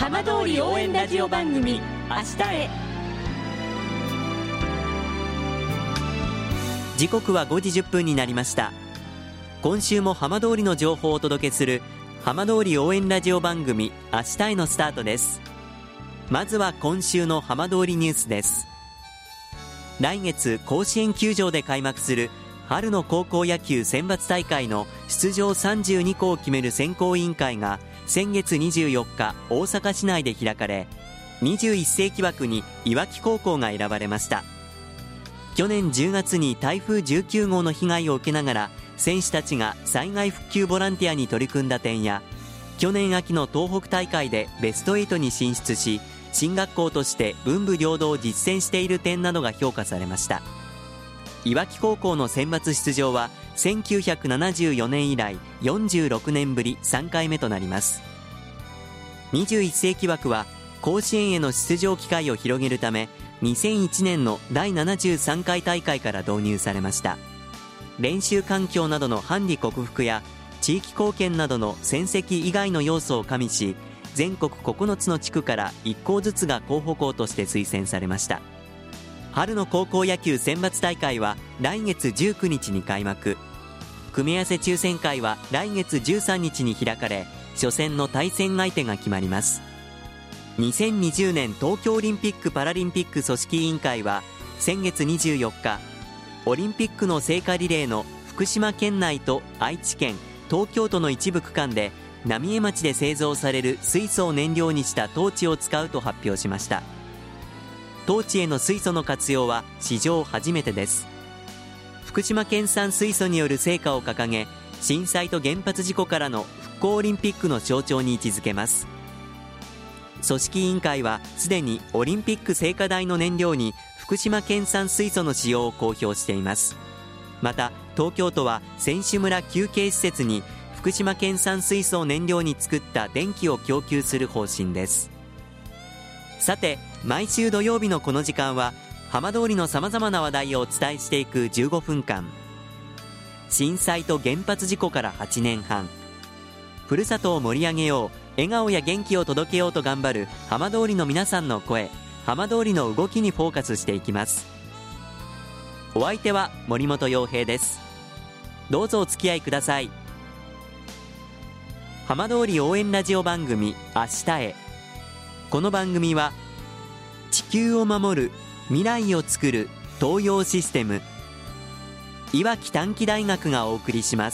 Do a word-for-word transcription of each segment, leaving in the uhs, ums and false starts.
浜通り応援ラジオ番組明日へ。 時刻はごじじゅっぷんになりました。今週も浜通りの情報をお届けする浜通り応援ラジオ番組明日へのスタートです。まずは今週の浜通りニュースです。来月甲子園球場で開幕する春の高校野球選抜大会の出場さんじゅうにこを決める選考委員会が先月にじゅうよっか大阪市内で開かれ、にじゅういっ世紀枠にいわき高校が選ばれました。去年じゅうがつに台風じゅうきゅうごうの被害を受けながら選手たちが災害復旧ボランティアに取り組んだ点や、去年秋の東北大会でベストはちに進出し進学校として文武両道を実践している点などが評価されました。いわき高校の選抜出場はせんきゅうひゃくななじゅうよねん以来よんじゅうろくねんぶりさんかいめとなります。にじゅういっ世紀枠は甲子園への出場機会を広げるためにせんいちねんのだいななじゅうさんかい大会から導入されました。練習環境などのハンディ克服や地域貢献などの戦績以外の要素を加味し、全国ここのつの地区からいっ校ずつが候補校として推薦されました。春の高校野球選抜大会は来月じゅうくにちに開幕。組み合わせ抽選会は来月じゅうさんにちに開かれ、初戦の対戦相手が決まります。にせんにじゅうねん東京オリンピック・パラリンピック組織委員会は先月にじゅうよっか、オリンピックの聖火リレーの福島県内と愛知県、東京都の一部区間で浪江町で製造される水素を燃料にしたトーチを使うと発表しました。トーチへの水素の活用は史上初めてです。福島県産水素による成果を掲げ、震災と原発事故からの復興オリンピックの象徴に位置づけます。組織委員会はすでにオリンピック聖火台の燃料に福島県産水素の使用を公表しています。また東京都は選手村休憩施設に福島県産水素を燃料に作った電気を供給する方針です。さて、毎週土曜日のこの時間は浜通りのさまざまな話題をお伝えしていくじゅうごふんかん。震災と原発事故からはちねんはん、ふるさとを盛り上げよう、笑顔や元気を届けようと頑張る浜通りの皆さんの声、浜通りの動きにフォーカスしていきます。お相手は森本洋平です。どうぞお付き合いください。浜通り応援ラジオ番組明日へ。この番組は地球を守る未来をつくる東洋システム、いわき短期大学がお送りします。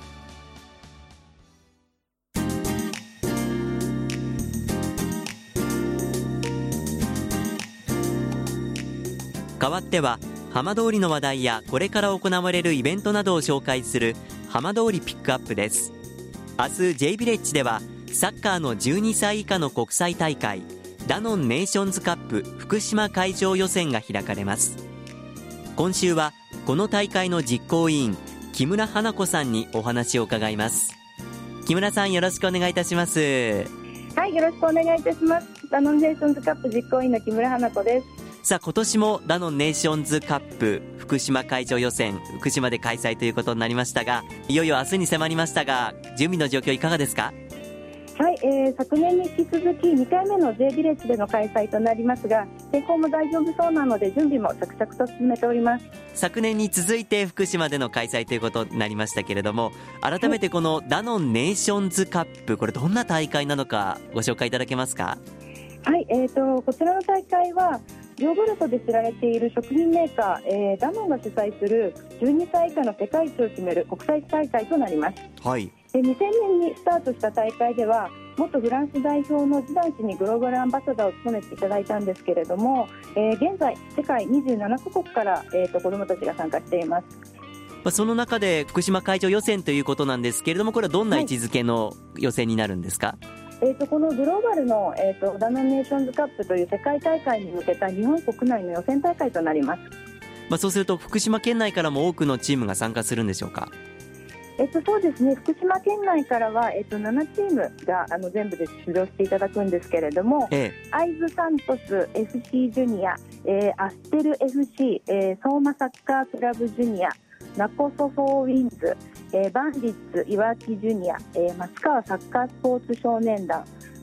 代わっては浜通りの話題やこれから行われるイベントなどを紹介する浜通りピックアップです。明日 J ヴィレッジではサッカーのじゅうにさい以下の国際大会ダノンネーションズカップ福島会場予選が開かれます。今週はこの大会の実行委員木村花子さんにお話を伺います。木村さん、よろしくお願いいたします。 はい、よろしくお願いいたします。ダノンネーションズカップ実行委員の木村花子です。 さあ、今年もダノンネーションズカップ福島会場予選福島で開催ということになりましたが、いよいよ明日に迫りましたが、準備の状況いかがですか？ はい、えー、昨年に引き続きにかいめの J ヴィレッジでの開催となりますが、天候も大丈夫そうなので準備も着々と進めております。 昨年に続いて福島での開催ということになりましたけれども、改めてこのダノンネーションズカップ、これどんな大会なのかご紹介いただけますか？ はい、えーと、こちらの大会はヨーグルトで知られている食品メーカー、えー、ダノンが主催するじゅうにさい以下の世界一を決める国際大会となります。 はい、 でにせんねんにスタートした大会では元フランス代表のジダン氏にグローバルアンバサダーを務めていただいたんですけれども、えー、現在世界にじゅうななかこくから、えーと、子どもたちが参加しています。 まあ、その中で福島会場予選ということなんですけれども、これはどんな位置づけの予選になるんですか？はい、 えー、とこのグローバルの、えー、とダノンネーションズカップという世界大会に向けた日本国内の予選大会となります。 まあ、そうすると福島県内からも多くのチームが参加するんでしょうか？ えっと、そうですね、福島県内からは、えっと、ななチームがあの全部で出場していただくんですけれども、 ええ、 会津サントス エフシー ジュニア、えー、アステル エフシー、えー、相馬サッカークラブジュニア、ナコソフォーウィンズ、えー、バンディッツいわきジュニア、えー、松川サッカースポーツ少年団、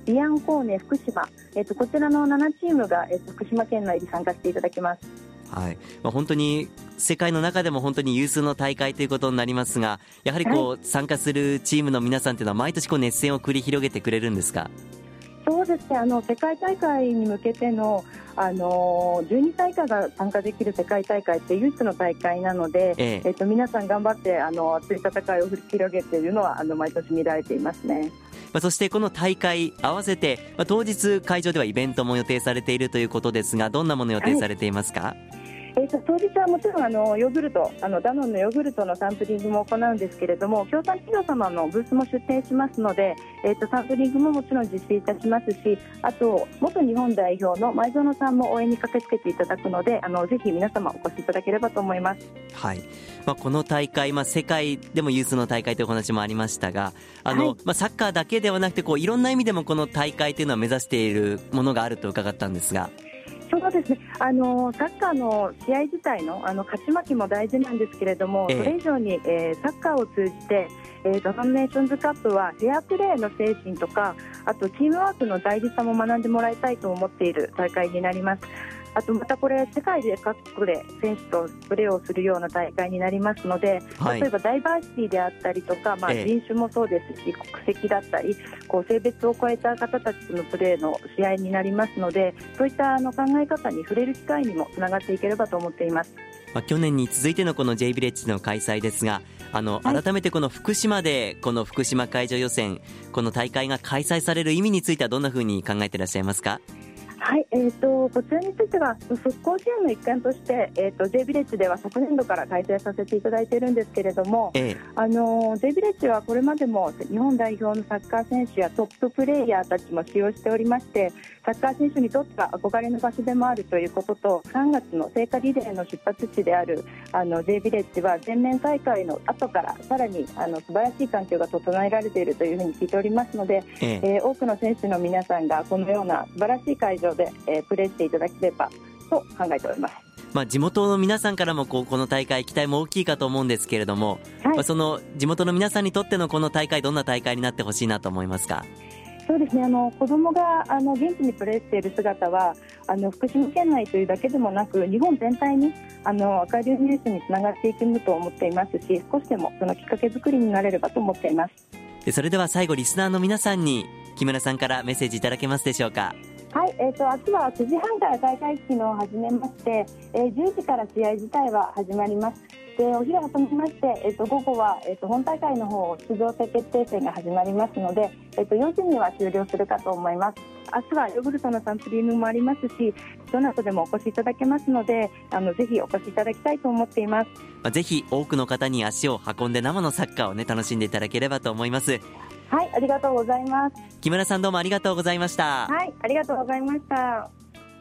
ビアンコーネ福島、えー、とこちらのななチームが、えー、と福島県内で参加していただきます。 はい、まあ、本当に世界の中でも本当に有数の大会ということになりますが、やはりこう、はい、参加するチームの皆さんというのは毎年こう熱戦を繰り広げてくれるんですか？ そうですね、あの世界大会に向けての、あのじゅうにさい以下が参加できる世界大会って唯一の大会なので、えええー、と皆さん頑張ってあの熱い戦いを繰り広げているのはあの毎年見られていますね。 まあ、そしてこの大会合わせて、まあ、当日会場ではイベントも予定されているということですが、どんなもの予定されていますか？はい、 えー、と当日はもちろんあのヨーグルトあのダノンのヨーグルトのサンプリングも行うんですけれども、協賛企業様のブースも出展しますので、えー、とサンプリングももちろん実施いたしますし、あと元日本代表の前園さんも応援に駆けつけていただくので、あのぜひ皆様お越しいただければと思います。 はい、まあ、この大会、まあ、世界でも有数の大会というお話もありましたが、あの、はい、まあ、サッカーだけではなくてこういろんな意味でもこの大会というのは目指しているものがあると伺ったんですが。 そうですね、あのサッカーの試合自体 の, あの勝ち負けも大事なんですけれども、ええ、それ以上に、えー、サッカーを通じて、えー、ノミネーションズカップはフェアプレーの精神とか、あとチームワークの大事さも学んでもらいたいと思っている大会になります。あとまたこれ世界で各国で選手とプレーをするような大会になりますので、はい、例えばダイバーシティであったりとか、まあ、人種もそうですし、ええ、国籍だったりこう性別を超えた方たちとのプレーの試合になりますので、そういったあの考え方に触れる機会にもつながっていければと思っています。 まあ、去年に続いてのこの J ヴィレッジの開催ですが、あの改めてこの福島でこの福島会場予選、この大会が開催される意味についてはどんなふうに考えていらっしゃいますか？ はい、えー、とこちらについては復興支援の一環として、えー、と J ヴィレッジでは昨年度から開催させていただいているんですけれども、ええ、あの J ヴィレッジはこれまでも日本代表のサッカー選手やトッププレーヤーたちも使用しておりまして、サッカー選手にとっては憧れの場所でもあるということと、さんがつの聖火リレーの出発地であるあの J ヴィレッジは全面大会の後からさらにあの素晴らしい環境が整えられているというふうに聞いておりますので、えええー、多くの選手の皆さんがこのような素晴らしい会場で、えー、プレーしていただければと考えております。 まあ、地元の皆さんからもこうこの大会期待も大きいかと思うんですけれども、はい、まあ、その地元の皆さんにとってのこの大会、どんな大会になってほしいなと思いますか？ そうですね、あの子どもがあの元気にプレーしている姿はあの福島県内というだけでもなく日本全体にあの明るいニュースにつながっていくと思っていますし、少しでもそのきっかけ作りになれればと思っています。 でそれでは最後、リスナーの皆さんに木村さんからメッセージいただけますでしょうか？ はい、えー、と明日はくじはんから大会期の始めまして、えー、じゅうじから試合自体は始まります。でお昼を挟みまして、えー、と午後は、えー、と本大会の方出場者決定戦が始まりますので、えー、とよじには終了するかと思います。明日はヨーグルトのサンプリングもありますし、どなたでもお越しいただけますので、あのぜひお越しいただきたいと思っています。 まあ、ぜひ多くの方に足を運んで生のサッカーを、ね、楽しんでいただければと思います。 はい、ありがとうございます。 木村さん、どうもありがとうございました。 はい、ありがとうございました。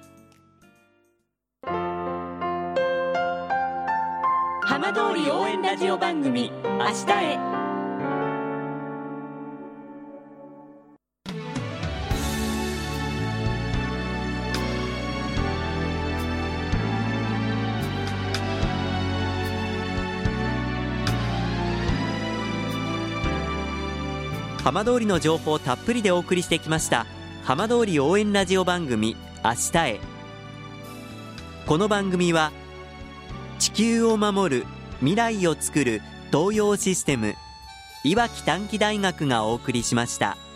浜通り応援ラジオ番組明日へ。 浜通りの情報をたっぷりでお送りしてきました浜通り応援ラジオ番組明日へ。この番組は地球を守る未来をつくる東洋システム、いわき短期大学がお送りしました。